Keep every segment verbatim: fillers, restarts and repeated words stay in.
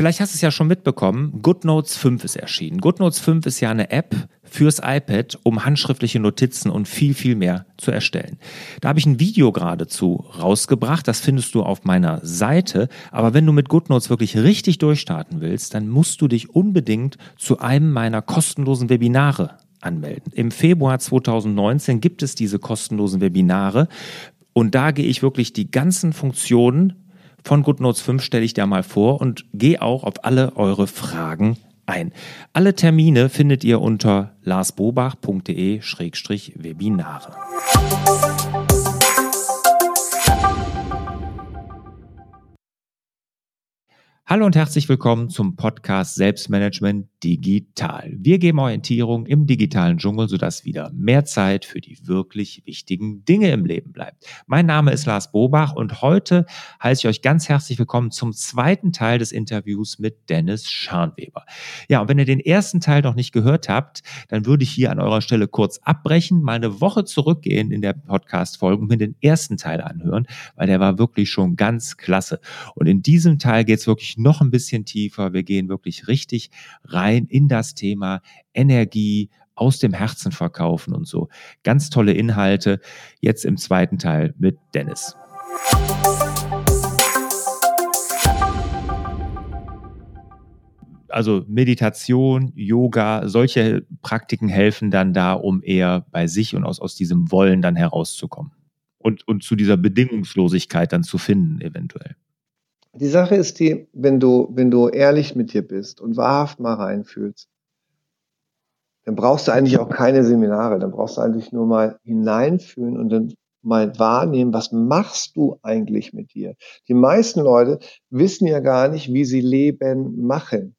Vielleicht hast du es ja schon mitbekommen, GoodNotes fünf ist erschienen. GoodNotes fünf ist ja eine App fürs iPad, um handschriftliche Notizen und viel, viel mehr zu erstellen. Da habe ich ein Video geradezu rausgebracht, das findest du auf meiner Seite. Aber wenn du mit GoodNotes wirklich richtig durchstarten willst, dann musst du dich unbedingt zu einem meiner kostenlosen Webinare anmelden. Im Februar zweitausendneunzehn gibt es diese kostenlosen Webinare und da gehe ich wirklich die ganzen Funktionen von GoodNotes fünf stelle ich dir mal vor und gehe auch auf alle eure Fragen ein. Alle Termine findet ihr unter larsbobach punkt de Schrägstrich Webinare. Hallo und herzlich willkommen zum Podcast Selbstmanagement Digital. Wir geben Orientierung im digitalen Dschungel, sodass wieder mehr Zeit für die wirklich wichtigen Dinge im Leben bleibt. Mein Name ist Lars Bobach und heute heiße ich euch ganz herzlich willkommen zum zweiten Teil des Interviews mit Dennis Scharnweber. Ja, und wenn ihr den ersten Teil noch nicht gehört habt, dann würde ich hier an eurer Stelle kurz abbrechen, mal eine Woche zurückgehen in der Podcast-Folge und mir den ersten Teil anhören, weil der war wirklich schon ganz klasse. Und in diesem Teil geht es wirklich noch ein bisschen tiefer. Wir gehen wirklich richtig rein in das Thema Energie, aus dem Herzen verkaufen und so. Ganz tolle Inhalte. Jetzt im zweiten Teil mit Dennis. Also Meditation, Yoga, solche Praktiken helfen dann da, um eher bei sich und aus, aus diesem Wollen dann herauszukommen. Und, und zu dieser Bedingungslosigkeit dann zu finden, eventuell. Die Sache ist die, wenn du, wenn du ehrlich mit dir bist und wahrhaft mal reinfühlst, dann brauchst du eigentlich auch keine Seminare, dann brauchst du eigentlich nur mal hineinfühlen und dann mal wahrnehmen, was machst du eigentlich mit dir? Die meisten Leute wissen ja gar nicht, wie sie Leben machen.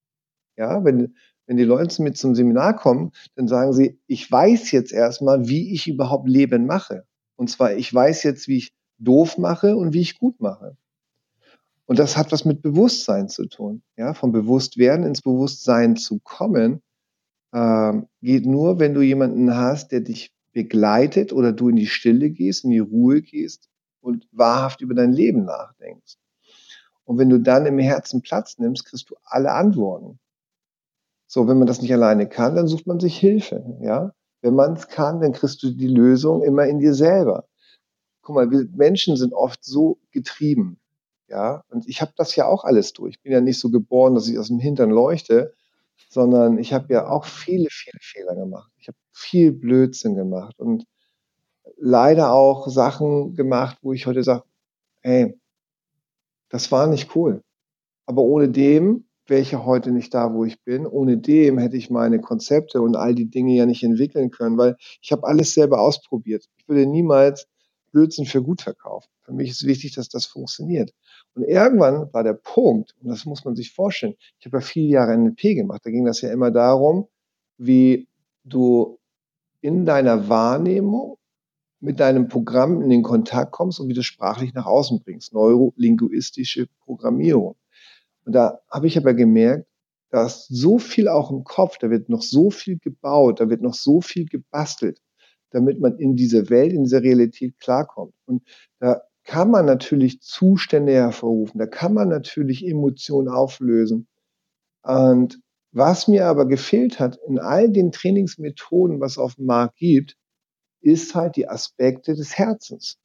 Ja, wenn, wenn die Leute mit zum Seminar kommen, dann sagen sie, ich weiß jetzt erstmal, wie ich überhaupt Leben mache. Und zwar, ich weiß jetzt, wie ich doof mache und wie ich gut mache. Und das hat was mit Bewusstsein zu tun. Ja, vom Bewusstwerden ins Bewusstsein zu kommen, ähm, geht nur, wenn du jemanden hast, der dich begleitet oder du in die Stille gehst, in die Ruhe gehst und wahrhaft über dein Leben nachdenkst. Und wenn du dann im Herzen Platz nimmst, kriegst du alle Antworten. So, wenn man das nicht alleine kann, dann sucht man sich Hilfe. Ja, wenn man es kann, dann kriegst du die Lösung immer in dir selber. Guck mal, wir Menschen sind oft so getrieben. Ja, und ich habe das ja auch alles durch. Ich bin ja nicht so geboren, dass ich aus dem Hintern leuchte, sondern ich habe ja auch viele, viele Fehler gemacht. Ich habe viel Blödsinn gemacht und leider auch Sachen gemacht, wo ich heute sage, hey, das war nicht cool. Aber ohne dem wäre ich ja heute nicht da, wo ich bin. Ohne dem hätte ich meine Konzepte und all die Dinge ja nicht entwickeln können, weil ich habe alles selber ausprobiert. Ich würde niemals Blödsinn für gut verkaufen. Für mich ist wichtig, dass das funktioniert. Und irgendwann war der Punkt, und das muss man sich vorstellen, ich habe ja viele Jahre N L P gemacht, da ging das ja immer darum, wie du in deiner Wahrnehmung mit deinem Programm in den Kontakt kommst und wie du sprachlich nach außen bringst. Neurolinguistische Programmierung. Und da habe ich aber gemerkt, da ist so viel auch im Kopf, da wird noch so viel gebaut, da wird noch so viel gebastelt, damit man in dieser Welt, in dieser Realität klarkommt. Und da kann man natürlich Zustände hervorrufen, da kann man natürlich Emotionen auflösen. Und was mir aber gefehlt hat in all den Trainingsmethoden, was es auf dem Markt gibt, ist halt die Aspekte des Herzens.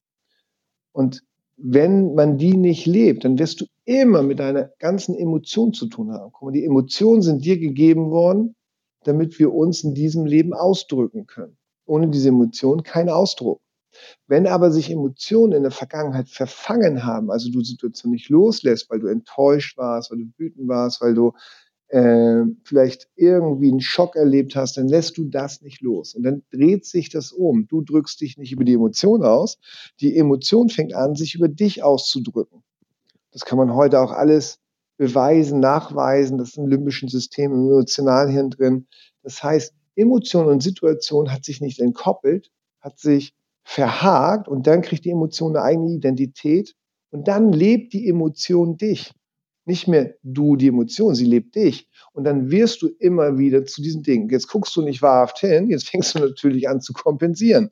Und wenn man die nicht lebt, dann wirst du immer mit deiner ganzen Emotion zu tun haben. Guck mal, die Emotionen sind dir gegeben worden, damit wir uns in diesem Leben ausdrücken können. Ohne diese Emotionen kein Ausdruck. Wenn aber sich Emotionen in der Vergangenheit verfangen haben, also du die Situation nicht loslässt, weil du enttäuscht warst, weil du wütend warst, weil du äh, vielleicht irgendwie einen Schock erlebt hast, dann lässt du das nicht los. Und dann dreht sich das um. Du drückst dich nicht über die Emotion aus. Die Emotion fängt an, sich über dich auszudrücken. Das kann man heute auch alles beweisen, nachweisen. Das ist im limbischen System, im Emotionalhirn drin. Das heißt, Emotion und Situation hat sich nicht entkoppelt, hat sich verhakt und dann kriegt die Emotion eine eigene Identität und dann lebt die Emotion dich. Nicht mehr du die Emotion, sie lebt dich. Und dann wirst du immer wieder zu diesen Dingen. Jetzt guckst du nicht wahrhaft hin, jetzt fängst du natürlich an zu kompensieren.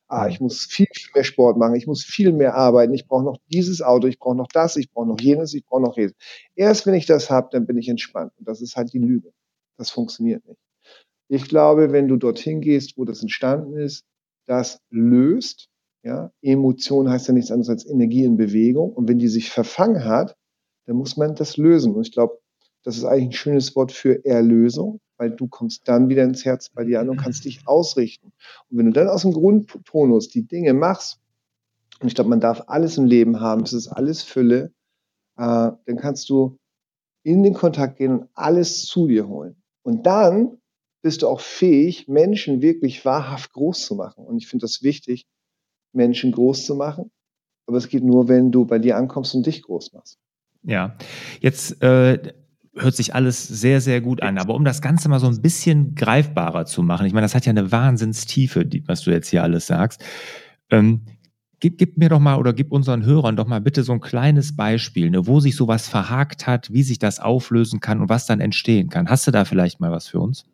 Ah, ich muss viel, viel mehr Sport machen, ich muss viel mehr arbeiten, ich brauche noch dieses Auto, ich brauche noch das, ich brauche noch jenes, ich brauche noch jenes. Erst wenn ich das habe, dann bin ich entspannt. Und das ist halt die Lüge. Das funktioniert nicht. Ich glaube, wenn du dorthin gehst, wo das entstanden ist, das löst. Ja, Emotion heißt ja nichts anderes als Energie in Bewegung. Und wenn die sich verfangen hat, dann muss man das lösen. Und ich glaube, das ist eigentlich ein schönes Wort für Erlösung, weil du kommst dann wieder ins Herz bei dir an und kannst dich ausrichten. Und wenn du dann aus dem Grundtonus die Dinge machst, und ich glaube, man darf alles im Leben haben, es ist alles Fülle, äh, dann kannst du in den Kontakt gehen und alles zu dir holen. Und dann bist du auch fähig, Menschen wirklich wahrhaft groß zu machen. Und ich finde das wichtig, Menschen groß zu machen. Aber es geht nur, wenn du bei dir ankommst und dich groß machst. Ja, jetzt äh, hört sich alles sehr, sehr gut an. Aber um das Ganze mal so ein bisschen greifbarer zu machen, ich meine, das hat ja eine Wahnsinnstiefe, die, was du jetzt hier alles sagst. Ähm, gib, gib mir doch mal oder gib unseren Hörern doch mal bitte so ein kleines Beispiel, ne, wo sich sowas verhakt hat, wie sich das auflösen kann und was dann entstehen kann. Hast du da vielleicht mal was für uns?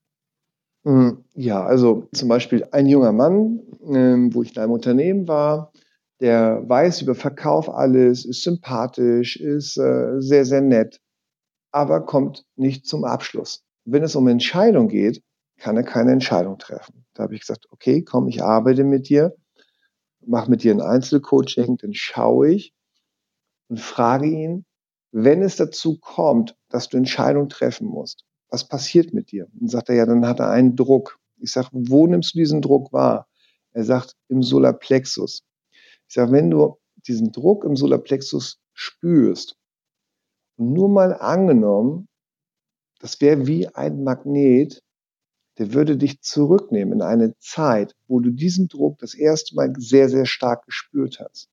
Ja, also zum Beispiel ein junger Mann, ähm, wo ich in einem Unternehmen war, der weiß über Verkauf alles, ist sympathisch, ist äh, sehr, sehr nett, aber kommt nicht zum Abschluss. Wenn es um Entscheidung geht, kann er keine Entscheidung treffen. Da habe ich gesagt, okay, komm, ich arbeite mit dir, mache mit dir ein Einzelcoaching, dann schaue ich und frage ihn, wenn es dazu kommt, dass du Entscheidungen treffen musst, was passiert mit dir? Und dann sagt er, ja, dann hat er einen Druck. Ich sage, wo nimmst du diesen Druck wahr? Er sagt, im Solarplexus. Ich sage, wenn du diesen Druck im Solarplexus spürst, und nur mal angenommen, das wäre wie ein Magnet, der würde dich zurücknehmen in eine Zeit, wo du diesen Druck das erste Mal sehr, sehr stark gespürt hast.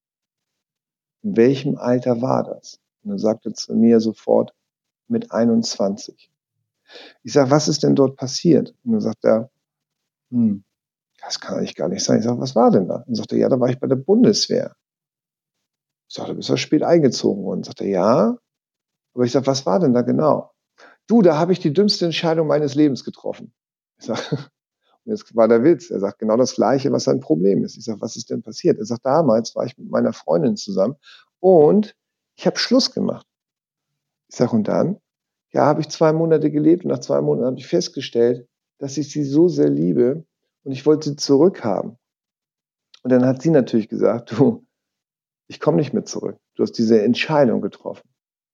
In welchem Alter war das? Und dann sagt er zu mir sofort, mit einundzwanzig. Ich sage, was ist denn dort passiert? Und dann sagt er, hm, das kann eigentlich gar nicht sein. Ich sage, was war denn da? Und dann sagt er, ja, da war ich bei der Bundeswehr. Ich sage, du bist ja spät eingezogen worden. Und sagt er, ja. Aber ich sage, was war denn da genau? Du, da habe ich die dümmste Entscheidung meines Lebens getroffen. Ich sage, und jetzt war der Witz. Er sagt genau das Gleiche, was sein Problem ist. Ich sage, was ist denn passiert? Er sagt, damals war ich mit meiner Freundin zusammen und ich habe Schluss gemacht. Ich sage, und dann? Ja, habe ich zwei Monate gelebt und nach zwei Monaten habe ich festgestellt, dass ich sie so sehr liebe und ich wollte sie zurückhaben. Und dann hat sie natürlich gesagt, du, ich komme nicht mehr zurück. Du hast diese Entscheidung getroffen.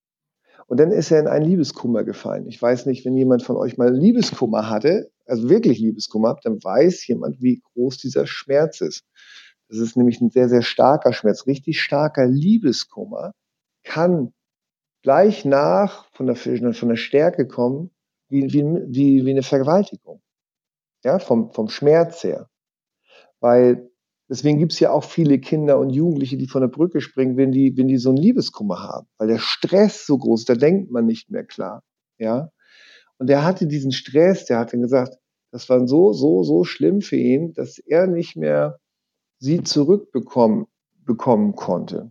Und dann ist er in einen Liebeskummer gefallen. Ich weiß nicht, wenn jemand von euch mal Liebeskummer hatte, also wirklich Liebeskummer habt, dann weiß jemand, wie groß dieser Schmerz ist. Das ist nämlich ein sehr, sehr starker Schmerz. Richtig starker Liebeskummer kann gleich nach von der, von der Stärke kommen, wie, wie, wie, wie eine Vergewaltigung. Ja, vom, vom Schmerz her. Weil deswegen gibt es ja auch viele Kinder und Jugendliche, die von der Brücke springen, wenn die, wenn die so einen Liebeskummer haben. Weil der Stress so groß ist, da denkt man nicht mehr klar. Ja. Und der hatte diesen Stress, der hat dann gesagt, das war so, so, so schlimm für ihn, dass er nicht mehr sie zurückbekommen bekommen konnte.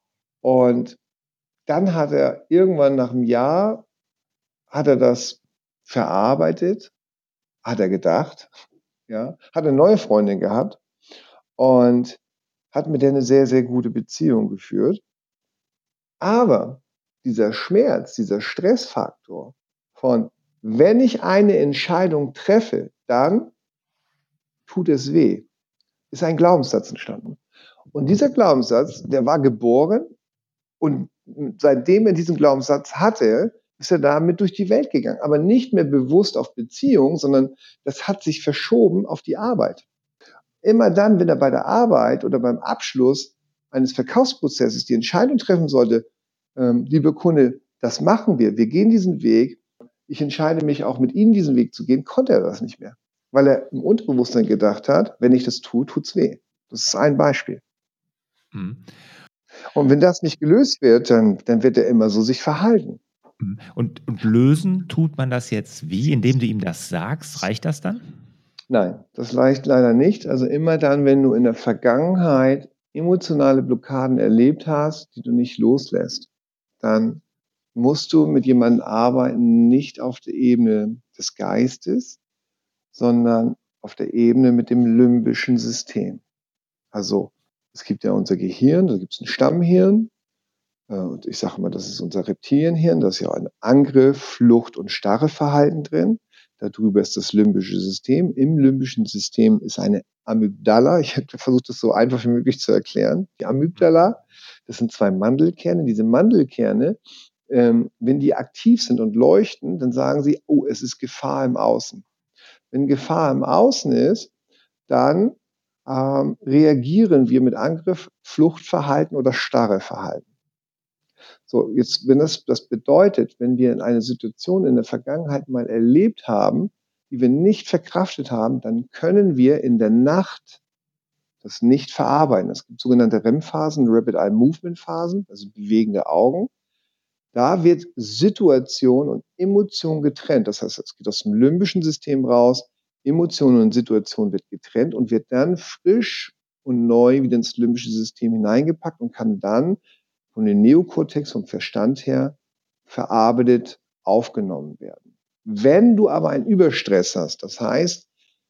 Und dann hat er irgendwann nach einem Jahr, hat er das verarbeitet, hat er gedacht, ja, hat eine neue Freundin gehabt und hat mit der eine sehr, sehr gute Beziehung geführt. Aber dieser Schmerz, dieser Stressfaktor von, wenn ich eine Entscheidung treffe, dann tut es weh, ist ein Glaubenssatz entstanden. Und dieser Glaubenssatz, der war geboren und seitdem er diesen Glaubenssatz hatte, ist er damit durch die Welt gegangen. Aber nicht mehr bewusst auf Beziehung, sondern das hat sich verschoben auf die Arbeit. Immer dann, wenn er bei der Arbeit oder beim Abschluss eines Verkaufsprozesses die Entscheidung treffen sollte, ähm, liebe Kunde, das machen wir, wir gehen diesen Weg, ich entscheide mich auch mit Ihnen diesen Weg zu gehen, konnte er das nicht mehr. Weil er im Unterbewusstsein gedacht hat, wenn ich das tue, tut's weh. Das ist ein Beispiel. Mhm. Und wenn das nicht gelöst wird, dann, dann wird er immer so sich verhalten. Und, und lösen tut man das jetzt wie? Indem du ihm das sagst, reicht das dann? Nein, das reicht leider nicht. Also immer dann, wenn du in der Vergangenheit emotionale Blockaden erlebt hast, die du nicht loslässt, dann musst du mit jemandem arbeiten, nicht auf der Ebene des Geistes, sondern auf der Ebene mit dem limbischen System. Also es gibt ja unser Gehirn, da gibt es ein Stammhirn. Äh, und ich sage immer, das ist unser Reptilienhirn. Da ist ja ein Angriff, Flucht und Starreverhalten drin. Darüber ist das limbische System. Im limbischen System ist eine Amygdala. Ich habe versucht, das so einfach wie möglich zu erklären. Die Amygdala, das sind zwei Mandelkerne. Diese Mandelkerne, ähm, wenn die aktiv sind und leuchten, dann sagen sie, oh, es ist Gefahr im Außen. Wenn Gefahr im Außen ist, dann ähm, reagieren wir mit Angriff, Fluchtverhalten oder Starreverhalten. So, jetzt, wenn das, das bedeutet, wenn wir in eine Situation in der Vergangenheit mal erlebt haben, die wir nicht verkraftet haben, dann können wir in der Nacht das nicht verarbeiten. Es gibt sogenannte R E M-Phasen, Rapid Eye Movement Phasen, also bewegende Augen. Da wird Situation und Emotion getrennt. Das heißt, es geht aus dem limbischen System raus, Emotion und Situation wird getrennt und wird dann frisch und neu wieder ins limbische System hineingepackt und kann dann von den Neokortex, vom Verstand her, verarbeitet, aufgenommen werden. Wenn du aber einen Überstress hast, das heißt,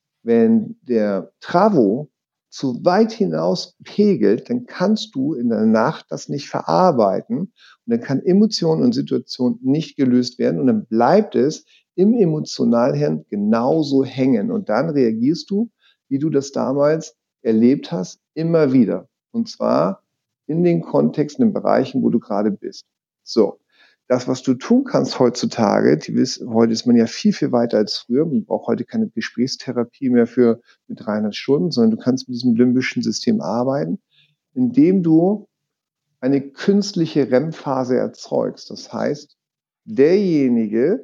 wenn der Travo zu weit hinaus pegelt, dann kannst du in der Nacht das nicht verarbeiten und dann kann Emotion und Situation nicht gelöst werden und dann bleibt es im Emotionalhirn genauso hängen und dann reagierst du, wie du das damals erlebt hast, immer wieder. Und zwar in den Kontexten, in den Bereichen, wo du gerade bist. So, das, was du tun kannst heutzutage, die wissen, heute ist man ja viel, viel weiter als früher. Man braucht heute keine Gesprächstherapie mehr für mit dreihundert Stunden, sondern du kannst mit diesem limbischen System arbeiten, indem du eine künstliche R E M-Phase erzeugst. Das heißt, derjenige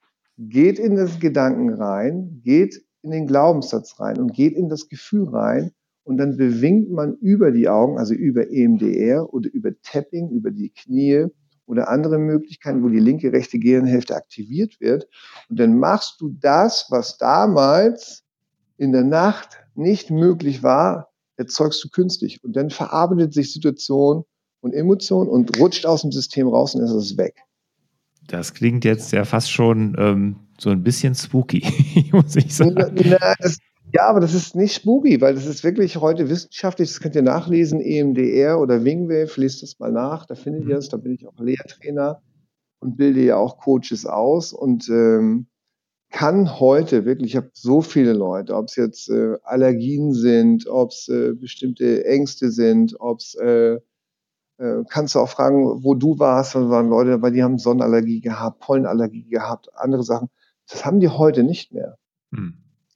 geht in das Gedanken rein, geht in den Glaubenssatz rein und geht in das Gefühl rein und dann bewinkt man über die Augen, also über E M D R oder über Tapping, über die Knie oder andere Möglichkeiten, wo die linke, rechte Gehirnhälfte aktiviert wird. Und dann machst du das, was damals in der Nacht nicht möglich war, erzeugst du künstlich. Und dann verarbeitet sich Situation und Emotion und rutscht aus dem System raus und ist es weg. Das klingt jetzt ja fast schon ähm, so ein bisschen spooky, muss ich sagen. Na, na, das, ja, aber das ist nicht spooky, weil das ist wirklich heute wissenschaftlich, das könnt ihr nachlesen, E M D R oder Wingwave, lest das mal nach, da findet ihr es, da bin ich auch Lehrtrainer und bilde ja auch Coaches aus und ähm, kann heute wirklich, ich habe so viele Leute, ob es jetzt äh, Allergien sind, ob es äh, bestimmte Ängste sind, ob es, äh, äh, kannst du auch fragen, wo du warst, da waren Leute dabei, die haben Sonnenallergie gehabt, Pollenallergie gehabt, andere Sachen. Das haben die heute nicht mehr. Hm.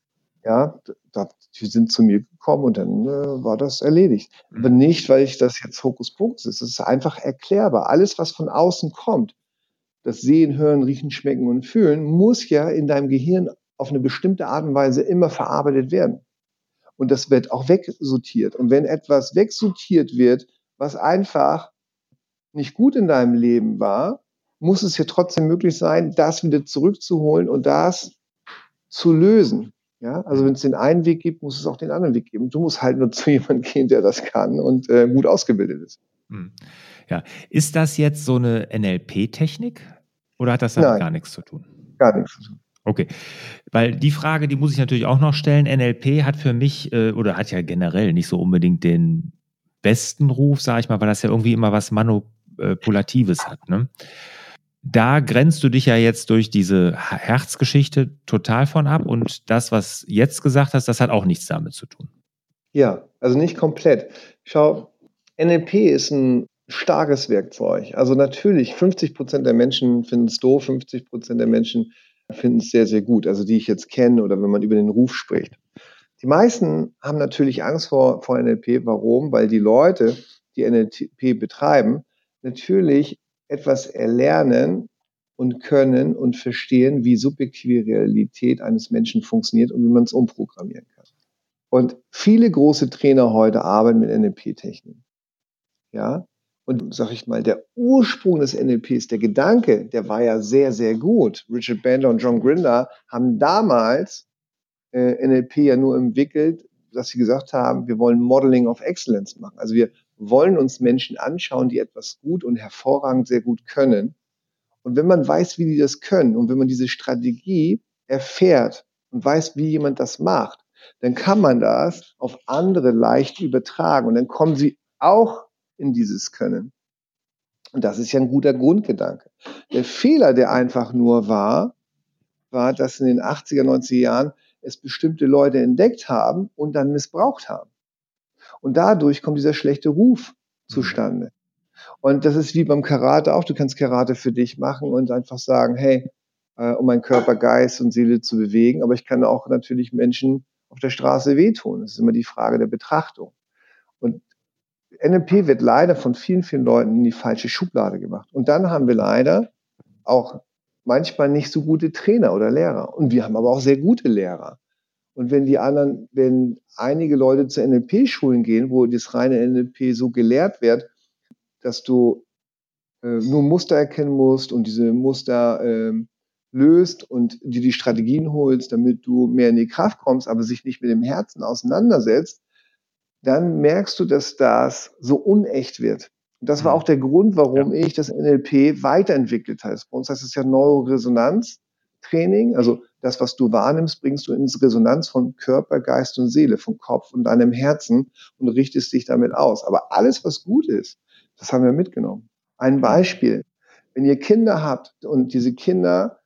Ja, da, die sind zu mir gekommen und dann äh, war das erledigt. Mhm. Aber nicht, weil ich das jetzt Hokuspokus ist. Es ist einfach erklärbar. Alles, was von außen kommt, das Sehen, Hören, Riechen, Schmecken und Fühlen, muss ja in deinem Gehirn auf eine bestimmte Art und Weise immer verarbeitet werden. Und das wird auch wegsortiert. Und wenn etwas wegsortiert wird, was einfach nicht gut in deinem Leben war, muss es ja trotzdem möglich sein, das wieder zurückzuholen und das zu lösen. Ja, also wenn es den einen Weg gibt, muss es auch den anderen Weg geben. Du musst halt nur zu jemandem gehen, der das kann und äh, gut ausgebildet ist. Ja, ist das jetzt so eine N L P-Technik oder hat das damit Nein, gar nichts zu tun? Gar nichts zu tun. Okay, weil die Frage, die muss ich natürlich auch noch stellen. N L P hat für mich äh, oder hat ja generell nicht so unbedingt den besten Ruf, sage ich mal, weil das ja irgendwie immer was Manipulatives hat. Ne? Da grenzt du dich ja jetzt durch diese Herzgeschichte total von ab und das, was jetzt gesagt hast, das hat auch nichts damit zu tun. Ja, also nicht komplett. Schau, N L P ist ein starkes Werkzeug. Also natürlich, fünfzig Prozent der Menschen finden es doof, fünfzig Prozent der Menschen finden es sehr, sehr gut. Also die ich jetzt kenne oder wenn man über den Ruf spricht. Die meisten haben natürlich Angst vor, vor N L P. Warum? Weil die Leute, die N L P betreiben, natürlich etwas erlernen und können und verstehen, wie subjektive Realität eines Menschen funktioniert und wie man es umprogrammieren kann. Und viele große Trainer heute arbeiten mit N L P-Techniken. Ja? Und sag ich mal, der Ursprung des N L Ps, der Gedanke, der war ja sehr, sehr gut. Richard Bandler und John Grinder haben damals äh, N L P ja nur entwickelt, dass sie gesagt haben, wir wollen Modeling of Excellence machen. Also wir wollen uns Menschen anschauen, die etwas gut und hervorragend sehr gut können. Und wenn man weiß, wie die das können und wenn man diese Strategie erfährt und weiß, wie jemand das macht, dann kann man das auf andere leicht übertragen und dann kommen sie auch in dieses Können. Und das ist ja ein guter Grundgedanke. Der Fehler, der einfach nur war, war, dass in den achtziger, neunziger Jahren es bestimmte Leute entdeckt haben und dann missbraucht haben. Und dadurch kommt dieser schlechte Ruf zustande. Und das ist wie beim Karate auch. Du kannst Karate für dich machen und einfach sagen, hey, äh, um meinen Körper, Geist und Seele zu bewegen. Aber ich kann auch natürlich Menschen auf der Straße wehtun. Das ist immer die Frage der Betrachtung. Und N L P wird leider von vielen, vielen Leuten in die falsche Schublade gemacht. Und dann haben wir leider auch manchmal nicht so gute Trainer oder Lehrer. Und wir haben aber auch sehr gute Lehrer. Und wenn die anderen, wenn einige Leute zu N L P-Schulen gehen, wo das reine N L P so gelehrt wird, dass du äh, nur Muster erkennen musst und diese Muster äh, löst und dir die Strategien holst, damit du mehr in die Kraft kommst, aber sich nicht mit dem Herzen auseinandersetzt, dann merkst du, dass das so unecht wird. Und das war auch der Grund, warum ja. ich das N L P weiterentwickelt habe. Bei uns heißt es ja Neuroresonanztraining. Also das, was du wahrnimmst, bringst du ins Resonanz von Körper, Geist und Seele, vom Kopf und deinem Herzen und richtest dich damit aus. Aber alles, was gut ist, das haben wir mitgenommen. Ein Beispiel. Wenn ihr Kinder habt und diese Kinder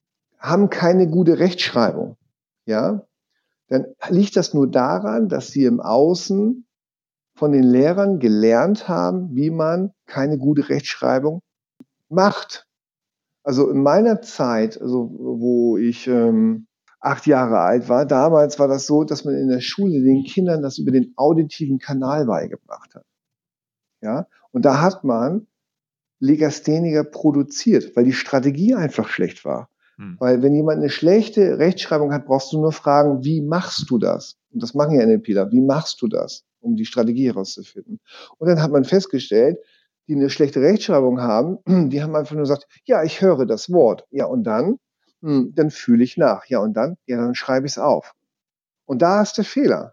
haben keine gute Rechtschreibung, ja, dann liegt das nur daran, dass sie im Außen von den Lehrern gelernt haben, wie man keine gute Rechtschreibung macht. Also in meiner Zeit, also wo ich ähm, acht Jahre alt war, damals war das so, dass man in der Schule den Kindern das über den auditiven Kanal beigebracht hat. Ja, und da hat man Legastheniker produziert, weil die Strategie einfach schlecht war. Hm. Weil wenn jemand eine schlechte Rechtschreibung hat, brauchst du nur fragen, wie machst du das? Und das machen ja NLPler. Wie machst du das, um die Strategie herauszufinden? Und dann hat man festgestellt, die eine schlechte Rechtschreibung haben, die haben einfach nur gesagt, ja, ich höre das Wort. Ja, und dann? Hm, dann fühle ich nach. Ja, und dann? Ja, dann schreibe ich es auf. Und da ist der Fehler.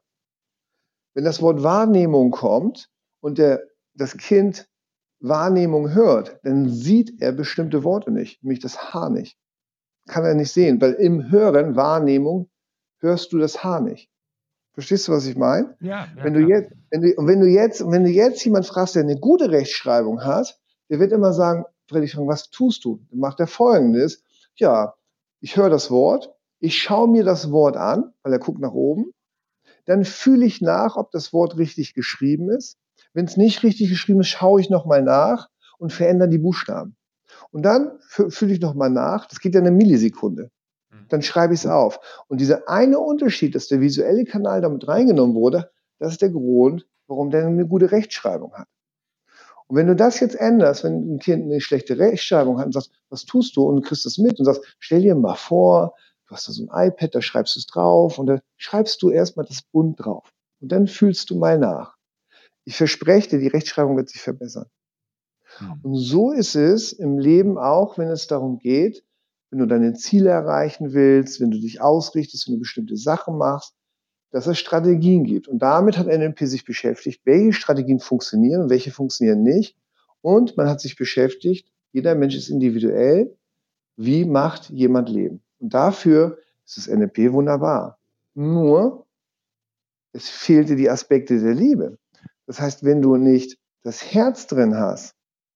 Wenn das Wort Wahrnehmung kommt und der, das Kind Wahrnehmung hört, dann sieht er bestimmte Worte nicht, nämlich das H nicht. Kann er nicht sehen, weil im Hören, Wahrnehmung, hörst du das H nicht. Verstehst du, was ich meine? Ja, ja, wenn du jetzt, wenn du, und wenn du jetzt, wenn du jetzt jemand fragst, der eine gute Rechtschreibung hat, der wird immer sagen, Friedrich, was tust du? Dann macht er Folgendes. Ja, ich höre das Wort, ich schaue mir das Wort an, weil er guckt nach oben, dann fühle ich nach, ob das Wort richtig geschrieben ist. Wenn es nicht richtig geschrieben ist, schaue ich nochmal nach und verändere die Buchstaben. Und dann fühle ich nochmal nach, das geht ja eine Millisekunde. Dann schreibe ich es auf. Und dieser eine Unterschied, dass der visuelle Kanal damit reingenommen wurde, das ist der Grund, warum der eine gute Rechtschreibung hat. Und wenn du das jetzt änderst, wenn ein Kind eine schlechte Rechtschreibung hat und sagst, was tust du? Und du kriegst das mit und sagst, stell dir mal vor, du hast da so ein iPad, da schreibst du es drauf und da schreibst du erstmal das Bunt drauf. Und dann fühlst du mal nach. Ich verspreche dir, die Rechtschreibung wird sich verbessern. Mhm. Und so ist es im Leben auch, wenn es darum geht, wenn du deine Ziele erreichen willst, wenn du dich ausrichtest, wenn du bestimmte Sachen machst, dass es Strategien gibt. Und damit hat N L P sich beschäftigt, welche Strategien funktionieren und welche funktionieren nicht. Und man hat sich beschäftigt, jeder Mensch ist individuell, wie macht jemand Leben? Und dafür ist das N L P wunderbar. Nur, es fehlte die Aspekte der Liebe. Das heißt, wenn du nicht das Herz drin hast,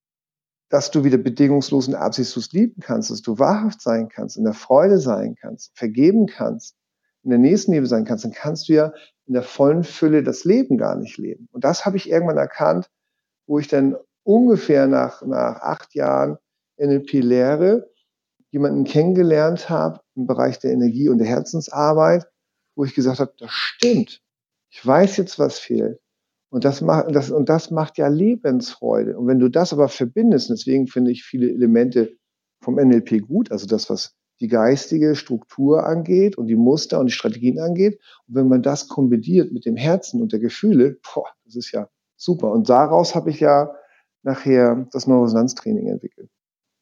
dass du wieder bedingungslos und absichtslos lieben kannst, dass du wahrhaft sein kannst, in der Freude sein kannst, vergeben kannst, in der Nächstenliebe sein kannst, dann kannst du ja in der vollen Fülle das Leben gar nicht leben. Und das habe ich irgendwann erkannt, wo ich dann ungefähr nach, nach acht Jahren N L P-Lehre jemanden kennengelernt habe im Bereich der Energie- und der Herzensarbeit, wo ich gesagt habe, das stimmt. Ich weiß jetzt, was fehlt. Und das macht, das, und das macht ja Lebensfreude. Und wenn du das aber verbindest, deswegen finde ich viele Elemente vom N L P gut, also das, was die geistige Struktur angeht und die Muster und die Strategien angeht. Und wenn man das kombiniert mit dem Herzen und der Gefühle, boah, das ist ja super. Und daraus habe ich ja nachher das Neuroresonanztraining entwickelt.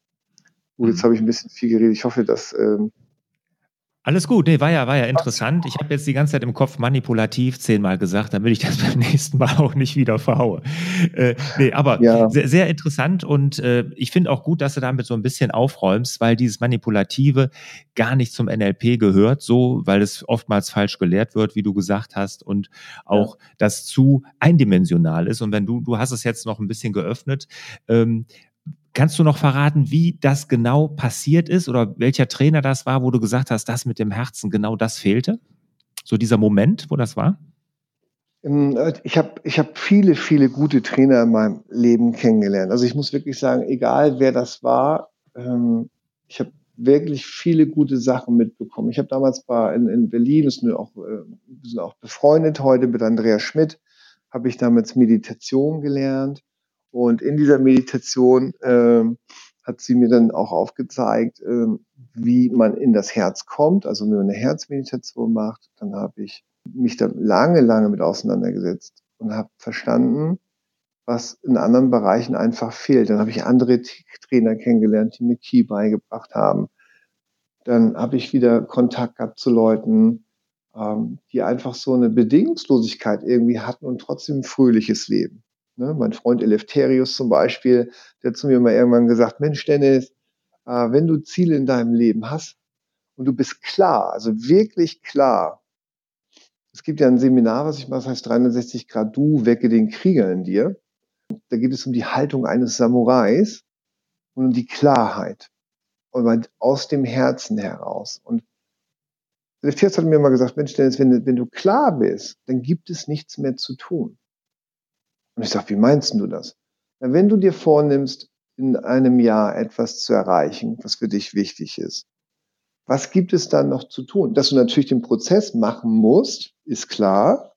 Gut, jetzt habe ich ein bisschen viel geredet. Ich hoffe, dass... Ähm, Alles gut, nee, war ja, war ja interessant. Ich habe jetzt die ganze Zeit im Kopf manipulativ zehnmal gesagt, damit ich das beim nächsten Mal auch nicht wieder verhaue. äh, nee, aber Ja, sehr, sehr interessant und äh, ich finde auch gut, dass du damit so ein bisschen aufräumst, weil dieses Manipulative gar nicht zum N L P gehört, so, weil es oftmals falsch gelehrt wird, wie du gesagt hast, und ja. auch das zu eindimensional ist. Und wenn du, du hast es jetzt noch ein bisschen geöffnet, ähm, kannst du noch verraten, wie das genau passiert ist oder welcher Trainer das war, wo du gesagt hast, das mit dem Herzen, genau das fehlte? So dieser Moment, wo das war? Ähm, äh, ich habe ich habe viele, viele gute Trainer in meinem Leben kennengelernt. Also, ich muss wirklich sagen, egal wer das war, ähm, ich habe wirklich viele gute Sachen mitbekommen. Ich habe damals bei in in Berlin, das sind wir auch äh, wir sind auch befreundet heute mit Andrea Schmidt, habe ich damals Meditation gelernt. Und in dieser Meditation, ähm, hat sie mir dann auch aufgezeigt, ähm, wie man in das Herz kommt. Also, wenn man 'ne Herzmeditation macht, dann habe ich mich da lange, lange mit auseinandergesetzt und habe verstanden, was in anderen Bereichen einfach fehlt. Dann habe ich andere T Trainer kennengelernt, die mir Qi beigebracht haben. Dann habe ich wieder Kontakt gehabt zu Leuten, ähm, die einfach so eine Bedingungslosigkeit irgendwie hatten und trotzdem 'n fröhliches Leben, ne? Mein Freund Eleftherius zum Beispiel, der hat zu mir mal irgendwann gesagt: „Mensch Dennis, äh, wenn du Ziele in deinem Leben hast und du bist klar, also wirklich klar, es gibt ja ein Seminar, was ich mache, das heißt dreihundertsechzig Grad Du, wecke den Krieger in dir. Da geht es um die Haltung eines Samurais und um die Klarheit und man aus dem Herzen heraus. Und der Tierarzt hat mir mal gesagt: „Mensch Dennis, wenn du wenn du klar bist, dann gibt es nichts mehr zu tun.“ Und ich sage: „Wie meinst 'n du das?“ „Na, wenn du dir vornimmst, in einem Jahr etwas zu erreichen, was für dich wichtig ist, was gibt es dann noch zu tun? Dass du natürlich den Prozess machen musst, ist klar.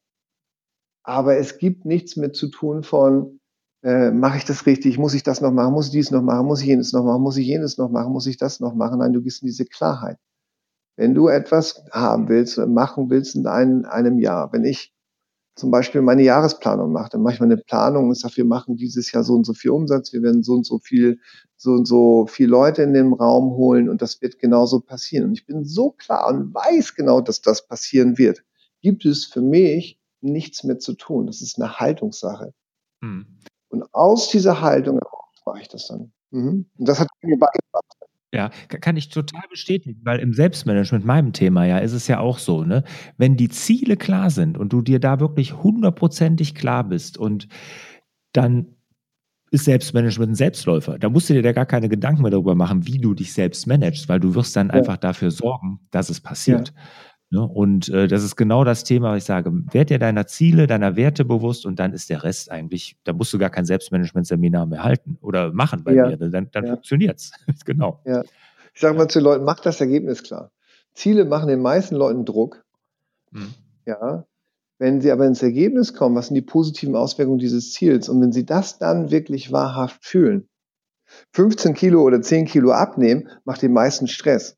Aber es gibt nichts mehr zu tun von, äh, mache ich das richtig? Muss ich das noch machen? Muss ich dies noch machen? Muss ich jenes noch machen? Muss ich jenes noch machen? Muss ich das noch machen? Nein, du gehst in diese Klarheit. Wenn du etwas haben willst oder machen willst in einem, einem Jahr, wenn ich zum Beispiel meine Jahresplanung mache, dann mache ich meine Planung und sage, wir machen dieses Jahr so und so viel Umsatz, wir werden so und so viel, so und so viel Leute in den Raum holen und das wird genauso passieren. Und ich bin so klar und weiß genau, dass das passieren wird. Gibt es für mich nichts mehr zu tun. Das ist eine Haltungssache. Mhm. Und aus dieser Haltung heraus mache ich das dann. Mhm. Und das hat mir beigebracht. Ja, ka kann ich total bestätigen, weil im Selbstmanagement, meinem Thema ja, ist es ja auch so, ne? Wenn die Ziele klar sind und du dir da wirklich hundertprozentig klar bist und dann ist Selbstmanagement ein Selbstläufer. Da musst du dir da gar keine Gedanken mehr darüber machen, wie du dich selbst managst, weil du wirst dann Ja, einfach dafür sorgen, dass es ja, passiert. Ne? Und äh, das ist genau das Thema, was ich sage. Werd dir deiner Ziele, deiner Werte bewusst und dann ist der Rest eigentlich, da musst du gar kein Selbstmanagement-Seminar mehr halten oder machen bei ja, mir. Ne? Dann, dann ja, funktioniert's. Genau. ja. Ich sage Ja. mal zu Leuten, macht das Ergebnis klar. Ziele machen den meisten Leuten Druck, Mhm. ja. Wenn sie aber ins Ergebnis kommen, was sind die positiven Auswirkungen dieses Ziels? Und wenn sie das dann wirklich wahrhaft fühlen, fünfzehn Kilo oder zehn Kilo abnehmen, macht den meisten Stress.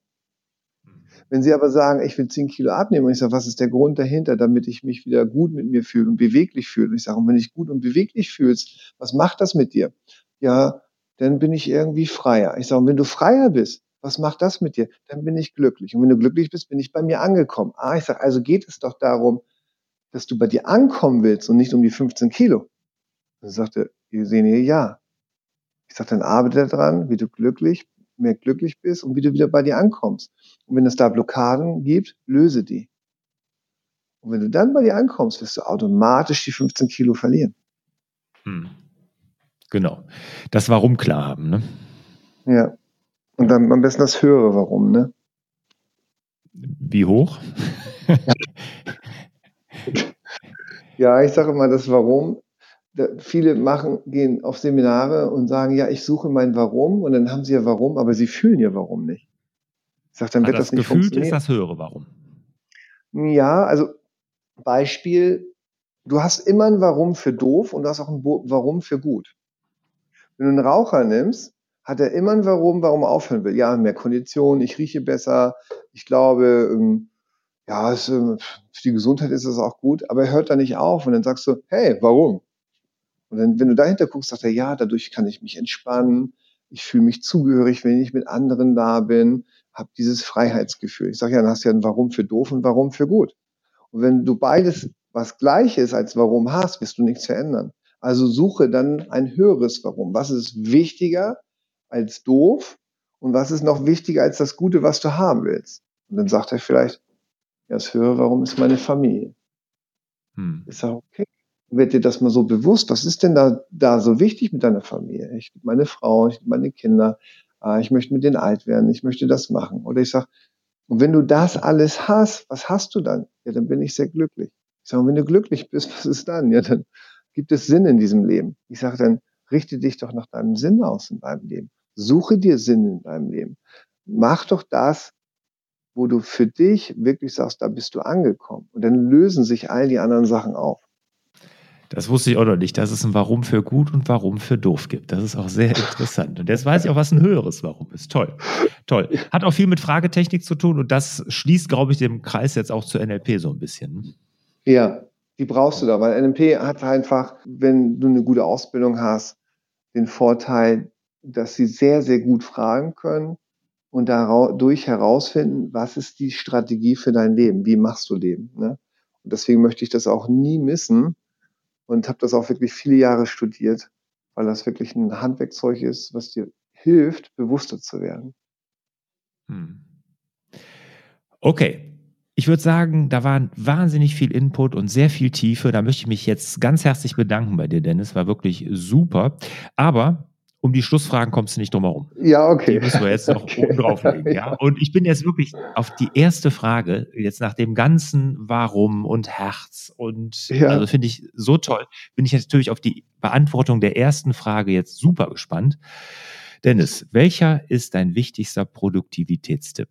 Wenn Sie aber sagen, ich will zehn Kilo abnehmen und ich sage, was ist der Grund dahinter, damit ich mich wieder gut mit mir fühle und beweglich fühle? Und ich sage, und wenn du dich gut und beweglich fühlst, was macht das mit dir? Ja, dann bin ich irgendwie freier. Ich sage, und wenn du freier bist, was macht das mit dir? Dann bin ich glücklich. Und wenn du glücklich bist, bin ich bei mir angekommen. Ah, ich sage, also geht es doch darum, dass du bei dir ankommen willst und nicht um die fünfzehn Kilo. Dann sagte Eugenie, ja. Ich sage, dann arbeite daran, wie du glücklich, mehr glücklich bist und wie du wieder bei dir ankommst. Und wenn es da Blockaden gibt, löse die. Und wenn du dann bei dir ankommst, wirst du automatisch die fünfzehn Kilo verlieren. Mhm. Genau. Das Warum klar haben, ne? Ja. Und Ja. dann am besten das höhere Warum, ne? Wie hoch? Ja, ich sage immer das Warum. Da, viele machen, gehen auf Seminare und sagen, ja, ich suche mein Warum und dann haben sie ja Warum, aber sie fühlen ihr Warum nicht. Ich sage, dann Ah, wird das das nicht Gefühlte ist funktionieren. das höhere Warum. Ja, also Beispiel, du hast immer ein Warum für doof und du hast auch ein Warum für gut. Wenn du einen Raucher nimmst, hat er immer ein Warum, warum er aufhören will. Ja, mehr Kondition, ich rieche besser, ich glaube, ähm, ja, es, ähm, für die Gesundheit ist es auch gut, aber er hört da nicht auf und dann sagst du: „Hey, warum?“ Und dann, wenn du dahinter guckst, sagt er: „Ja, dadurch kann ich mich entspannen. Ich fühle mich zugehörig, wenn ich mit anderen da bin, habe dieses Freiheitsgefühl.“ Ich sage: „Ja, dann hast du ja ein Warum für doof und ein Warum für gut.“ Und wenn du beides, was Gleiches als Warum hast, wirst du nichts verändern. Also suche dann ein höheres Warum. Was ist wichtiger als doof und was ist noch wichtiger als das Gute, was du haben willst? Und dann sagt er vielleicht, ja, das höhere Warum ist meine Familie. Hm. Ich sage, okay, wird dir das mal so bewusst, was ist denn da, da so wichtig mit deiner Familie? Ich liebe meine Frau, ich liebe meine Kinder, äh, ich möchte mit denen alt werden, ich möchte das machen. Oder ich sage, und wenn du das alles hast, was hast du dann? Ja, dann bin ich sehr glücklich. Ich sage, und wenn du glücklich bist, was ist dann? Ja, dann gibt es Sinn in diesem Leben. Ich sage, dann richte dich doch nach deinem Sinn aus in deinem Leben. Suche dir Sinn in deinem Leben. Mach doch das, wo du für dich wirklich sagst, da bist du angekommen. Und dann lösen sich all die anderen Sachen auf. Das wusste ich auch noch nicht, dass es ein Warum für gut und Warum für doof gibt. Das ist auch sehr interessant. Und jetzt weiß ich auch, was ein höheres Warum ist. Toll. Toll. Hat auch viel mit Fragetechnik zu tun und das schließt, glaube ich, den Kreis jetzt auch zu N L P so ein bisschen. Ja, die brauchst du da, weil N L P hat einfach, wenn du eine gute Ausbildung hast, den Vorteil, dass sie sehr, sehr gut fragen können und dadurch herausfinden, was ist die Strategie für dein Leben? Wie machst du Leben? Ne? Und deswegen möchte ich das auch nie missen und habe das auch wirklich viele Jahre studiert, weil das wirklich ein Handwerkzeug ist, was dir hilft, bewusster zu werden. Hm. Okay. Ich würde sagen, da war wahnsinnig viel Input und sehr viel Tiefe. Da möchte ich mich jetzt ganz herzlich bedanken bei dir, Dennis. War wirklich super. Aber um die Schlussfragen kommst du nicht drum herum. Ja, okay. Die müssen wir jetzt noch okay. oben drauflegen. Ja? Und ich bin jetzt wirklich auf die erste Frage, jetzt nach dem ganzen Warum und Herz und Ja. also finde ich so toll, bin ich jetzt natürlich auf die Beantwortung der ersten Frage jetzt super gespannt. Dennis, welcher ist dein wichtigster Produktivitätstipp?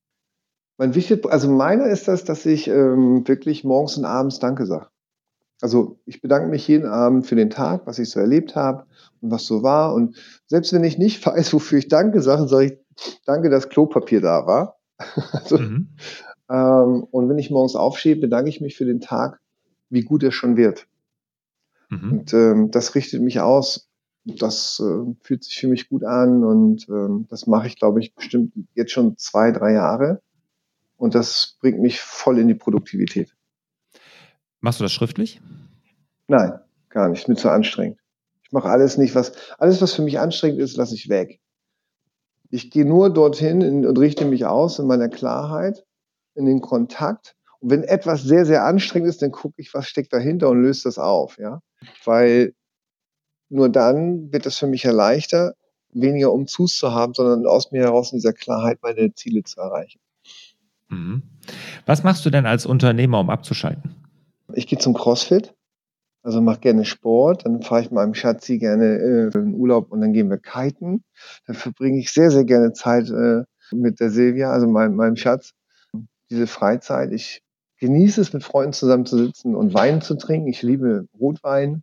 Mein wichtig, also meiner ist das, dass ich ähm, wirklich morgens und abends Danke sage. Also ich bedanke mich jeden Abend für den Tag, was ich so erlebt habe und was so war. Und selbst wenn ich nicht weiß, wofür ich Danke sage, sage ich Danke, dass Klopapier da war. also, Mhm. ähm, und wenn ich morgens aufstehe, bedanke ich mich für den Tag, wie gut er schon wird. Mhm. Und ähm, das richtet mich aus. Das äh, fühlt sich für mich gut an und ähm, das mache ich, glaube ich, bestimmt jetzt schon zwei, drei Jahre. Und das bringt mich voll in die Produktivität. Machst du das schriftlich? Nein, gar nicht. Ist mir zu anstrengend. Ich mache alles nicht, was, alles, was für mich anstrengend ist, lasse ich weg. Ich gehe nur dorthin in, und richte mich aus in meiner Klarheit, in den Kontakt. Und wenn etwas sehr, sehr anstrengend ist, dann gucke ich, was steckt dahinter und löse das auf, ja. Weil nur dann wird es für mich ja leichter, weniger Umzus zu haben, sondern aus mir heraus in dieser Klarheit meine Ziele zu erreichen. Mhm. Was machst du denn als Unternehmer, um abzuschalten? Ich gehe zum CrossFit, also mache gerne Sport, dann fahre ich mit meinem Schatzi gerne äh, in Urlaub und dann gehen wir kiten. Dann verbringe ich sehr, sehr gerne Zeit äh, mit der Silvia, also mein, meinem Schatz. Diese Freizeit, ich genieße es, mit Freunden zusammen zu sitzen und Wein zu trinken. Ich liebe Rotwein.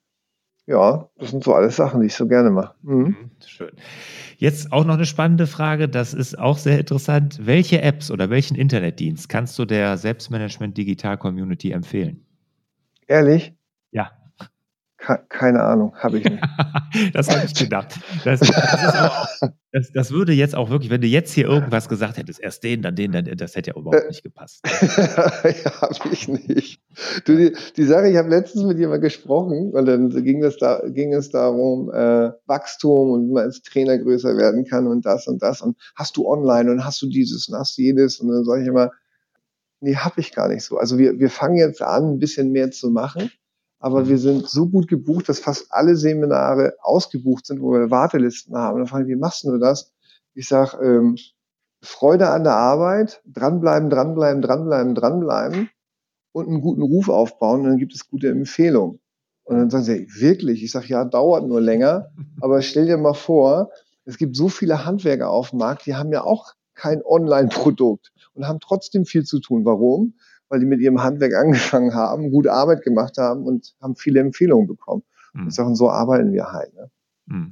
Ja, das sind so alles Sachen, die ich so gerne mache. Mhm. Mhm, schön. Jetzt auch noch eine spannende Frage, das ist auch sehr interessant. Welche Apps oder welchen Internetdienst kannst du der Selbstmanagement Digital Community empfehlen? Ehrlich? Ja. Ke- keine Ahnung, habe ich nicht. Das habe ich gedacht. Das, das ist aber auch, das, das würde jetzt auch wirklich, wenn du jetzt hier irgendwas gesagt hättest, erst den, dann den, dann das hätte ja überhaupt nicht gepasst. ja, habe ich nicht. Du, die, die Sache, ich habe letztens mit jemandem gesprochen und dann ging es, da, ging es darum, äh, Wachstum und wie man als Trainer größer werden kann und das und das. Und hast du online und hast du dieses und hast du jedes? Und dann sage ich immer, nee, habe ich gar nicht so. Also wir, wir fangen jetzt an, ein bisschen mehr zu machen, aber Mhm. wir sind so gut gebucht, dass fast alle Seminare ausgebucht sind, wo wir Wartelisten haben. Und dann frage ich, wie machst du das? Ich sage, ähm, Freude an der Arbeit, dranbleiben, dranbleiben, dranbleiben, dranbleiben und einen guten Ruf aufbauen. Und dann gibt es gute Empfehlungen. Und dann sagen sie, wirklich? Ich sage, ja, dauert nur länger. Aber stell dir mal vor, es gibt so viele Handwerker auf dem Markt, die haben ja auch kein Online-Produkt und haben trotzdem viel zu tun. Warum? Weil die mit ihrem Handwerk angefangen haben, gute Arbeit gemacht haben und haben viele Empfehlungen bekommen. Mhm. Und sagen, so arbeiten wir halt. Ne? Mhm.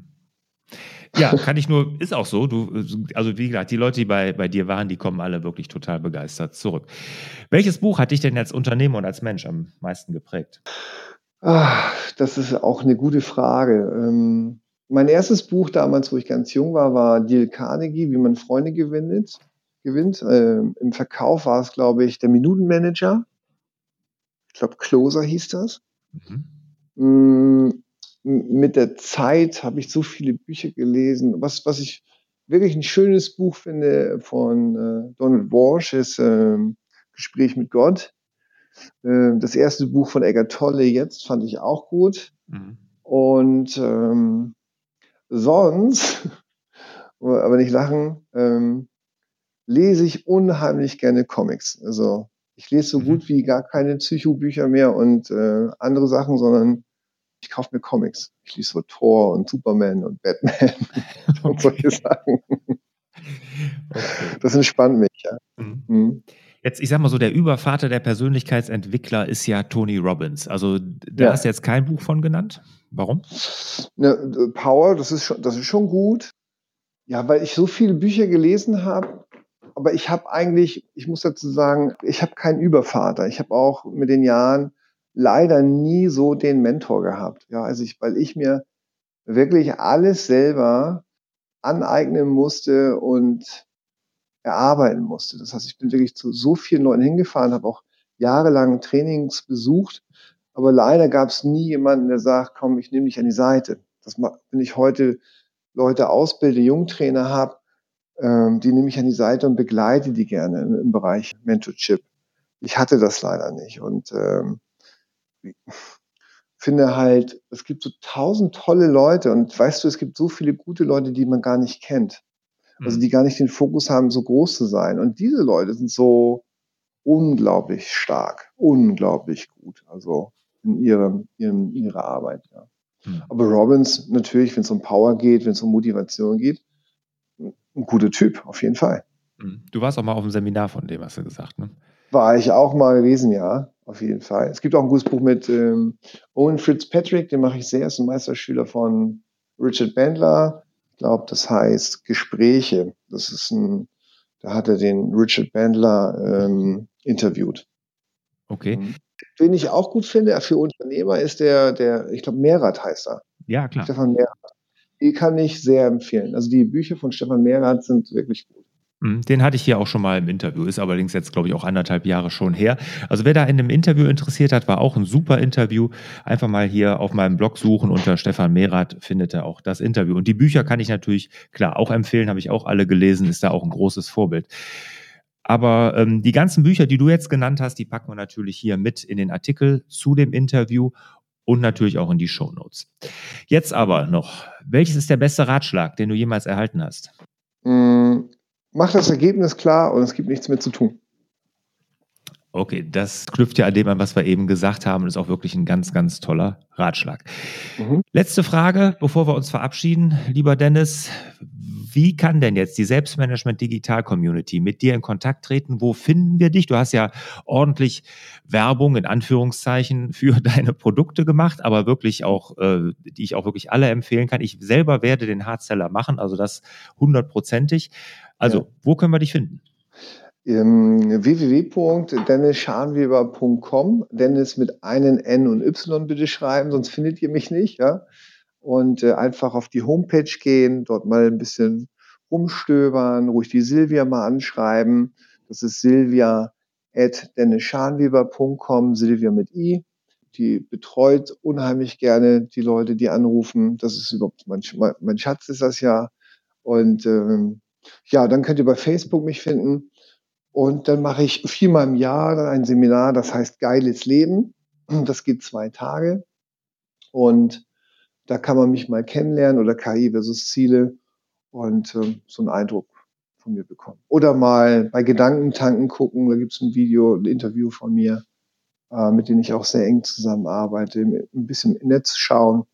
Ja, kann ich nur, ist auch so. Du, also wie gesagt, die Leute, die bei, bei dir waren, die kommen alle wirklich total begeistert zurück. Welches Buch hat dich denn als Unternehmer und als Mensch am meisten geprägt? Ach, das ist auch eine gute Frage. Ähm, mein erstes Buch damals, wo ich ganz jung war, war Dale Carnegie, wie man Freunde gewinnt. gewinnt. Ähm, Im Verkauf war es, glaube ich, der Minutenmanager. Ich glaube, Closer hieß das. Mhm. Hm, mit der Zeit habe ich so viele Bücher gelesen. Was was ich wirklich 'n schönes Buch finde von, äh, Donald Walsch ist, ähm, „Gespräch mit Gott“. Ähm, das erste Buch von Eckhart Tolle jetzt fand ich auch gut. Mhm. Und, ähm, sonst, aber nicht lachen, ähm, lese ich unheimlich gerne Comics. Also, ich lese so Mhm. gut wie gar keine Psychobücher mehr und, äh, andere Sachen, sondern ich kaufe mir Comics. Ich lese so Thor und Superman und Batman und solche Okay. Sachen. Okay. Das entspannt mich, ja. Mhm. Mhm. Jetzt, ich sage mal so, der Übervater der Persönlichkeitsentwickler ist ja Tony Robbins. Also, da hast du Ja. jetzt kein Buch von genannt. Warum? Ne, d Power, das ist schon das ist schon gut. Ja, weil ich so viele Bücher gelesen habe, aber ich habe eigentlich ich muss dazu sagen, ich habe keinen Übervater. Ich habe auch mit den Jahren leider nie so den Mentor gehabt. Ja, also ich weil ich mir wirklich alles selber aneignen musste und erarbeiten musste. Das heißt, ich bin wirklich zu so vielen Leuten hingefahren, habe auch jahrelang Trainings besucht, aber leider gab's nie jemanden, der sagt: „Komm, ich nehme dich an die Seite.“ Das ma wenn ich heute Leute ausbilde, Jungtrainer habe, ähm, die nehme ich an die Seite und begleite die gerne im im Bereich Mentorship. Ich hatte das leider nicht und, ähm, finde halt, es gibt so tausend tolle Leute und weißt du, es gibt so viele gute Leute, die man gar nicht kennt. Also, Mhm. die gar nicht den Fokus haben, so groß zu sein. Und diese Leute sind so unglaublich stark, unglaublich gut, also in ihrem ihrem ihrer Arbeit, ja. Mhm. Aber Robbins natürlich, wenn's um Power geht, wenn's um Motivation geht, 'n 'n guter Typ, auf jeden Fall. Mhm. Du warst auch mal auf'm Seminar von dem, hast du gesagt, ne? War ich auch mal gewesen, ja, auf jeden Fall. Es gibt auch 'n gutes Buch mit, ähm, Owen Fitzpatrick, den mag ich sehr, ist 'n Meisterschüler von Richard Bandler. Ich glaube, das heißt „Gespräche“. Das ist 'n da hat er den Richard Bandler, ähm, interviewt. Okay. Mhm. Wen ich auch gut finde, für Unternehmer ist der der ich glaube, Mehrath heißt er. Ja, klar. Stefan Mehrath. Die kann ich sehr empfehlen. Also, die Bücher von Stefan Mehrath sind wirklich gut. Mhm, den hatte ich hier auch schon mal im Interview, ist allerdings jetzt, glaube ich, auch anderthalb Jahre schon her. Also, wer da in 'nem Interview interessiert hat, war auch 'n super Interview. Einfach mal hier auf meinem Blog suchen, unter Stefan Mehrath findet er auch das Interview. Und die Bücher kann ich natürlich, klar, auch empfehlen, habe ich auch alle gelesen, ist da auch 'n großes Vorbild. Aber, ähm, die ganzen Bücher, die du jetzt genannt hast, die packen wir natürlich hier mit in den Artikel zu dem Interview und natürlich auch in die Shownotes. Jetzt aber noch, welches ist der beste Ratschlag, den du jemals erhalten hast? Hm, mach das Ergebnis klar und es gibt nichts mehr zu tun. Okay, das knüpft ja an dem an, was wir eben gesagt haben und ist auch wirklich 'n ganz, ganz toller Ratschlag. Mhm. Letzte Frage, bevor wir uns verabschieden, lieber Dennis. Wie kann denn jetzt die Selbstmanagement Digital Community mit dir in Kontakt treten? Wo finden wir dich? Du hast ja ordentlich Werbung in Anführungszeichen für deine Produkte gemacht, aber wirklich auch, äh, die ich auch wirklich alle empfehlen kann. Ich selber werde den Hardseller machen, also das hundertprozentig. Ja. Also, wo können wir dich finden? Ähm, w w w Punkt dennis scharnweber Punkt com. Dennis mit einem N und Y bitte schreiben, sonst findet ihr mich nicht, ja? Und, äh, einfach auf die Homepage gehen, dort mal 'n bisschen rumstöbern, ruhig die Silvia mal anschreiben. Das ist Silvia at dennis scharnweber Punkt com, Silvia mit I. Die betreut unheimlich gerne die Leute, die anrufen. Das ist überhaupt mein Sch mei mein Schatz ist das ja. Und, ähm, ja, dann könnt ihr bei Facebook mich finden. Und dann mache ich viermal im Jahr dann ein Seminar, das heißt „Geiles Leben“. Das geht zwei Tage. Und da kann man mich mal kennenlernen oder K I versus Ziele und, ähm, so 'n Eindruck von mir bekommen. Oder mal bei Gedankentanken gucken, da gibt's 'n Video 'n Interview von mir, äh, mit denen ich auch sehr eng zusammenarbeite, 'n bisschen im Netz schauen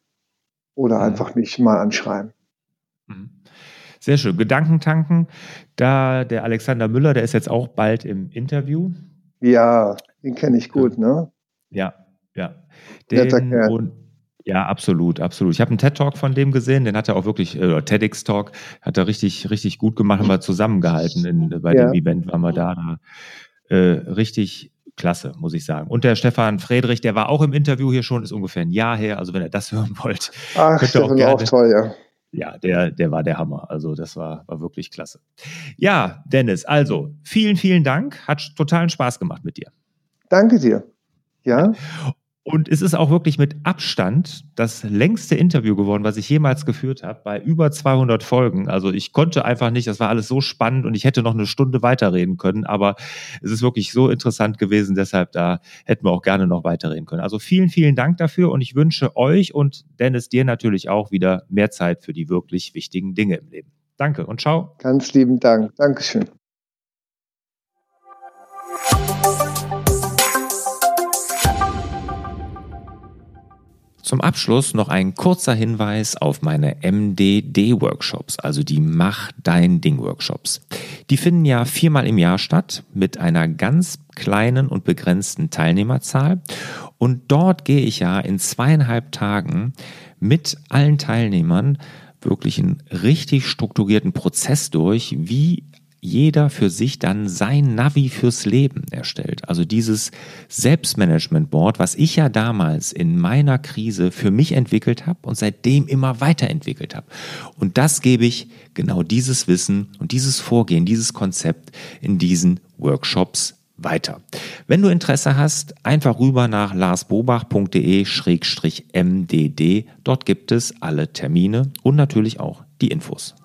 oder Mhm. einfach mich mal anschreiben. Mhm. Sehr schön. Gedankentanken, da der Alexander Müller, der ist jetzt auch bald im Interview. Ja, den kenne ich Ja. gut, ne? Ja, ja. Netter Den Kerl. und ja, absolut, absolut. Ich habe 'n TED-Talk von dem gesehen, den hat er auch wirklich äh, TEDx-Talk, hat er richtig richtig gut gemacht, haben wir zusammengehalten in bei dem Ja. Event waren wir da, da äh, richtig klasse, muss ich sagen. Und der Stefan Friedrich, der war auch im Interview hier schon, ist ungefähr 'n Jahr her. Also, wenn ihr das hören wollt, Ach, könnt ihr auch Stefan, auch gerne toll, ja. ja, der der war der Hammer. Also, das war war wirklich klasse. Ja, Dennis, also vielen, vielen Dank. Hat sch totalen Spaß gemacht mit dir. Danke dir. Ja. Ja? Und es ist auch wirklich mit Abstand das längste Interview geworden, was ich jemals geführt habe, bei über zweihundert Folgen. Also ich konnte einfach nicht, das war alles so spannend und ich hätte noch eine Stunde weiterreden können, aber es ist wirklich so interessant gewesen, deshalb da hätten wir auch gerne noch weiterreden können. Also vielen, vielen Dank dafür und ich wünsche euch und Dennis dir natürlich auch wieder mehr Zeit für die wirklich wichtigen Dinge im Leben. Danke und ciao. Ganz lieben Dank. Dankeschön. Zum Abschluss noch ein kurzer Hinweis auf meine M D D-Workshops, also die Mach dein Ding-Workshops. Die finden ja viermal im Jahr statt mit einer ganz kleinen und begrenzten Teilnehmerzahl. Und dort gehe ich ja in zweieinhalb Tagen mit allen Teilnehmern wirklich einen richtig strukturierten Prozess durch, wie jeder für sich dann sein Navi fürs Leben erstellt. Also dieses Selbstmanagement-Board, was ich ja damals in meiner Krise für mich entwickelt habe und seitdem immer weiterentwickelt habe. Und das gebe ich, genau dieses Wissen und dieses Vorgehen, dieses Konzept in diesen Workshops weiter. Wenn du Interesse hast, einfach rüber nach larsbobach punkt de schrägstrich M D D. Dort gibt es alle Termine und natürlich auch die Infos.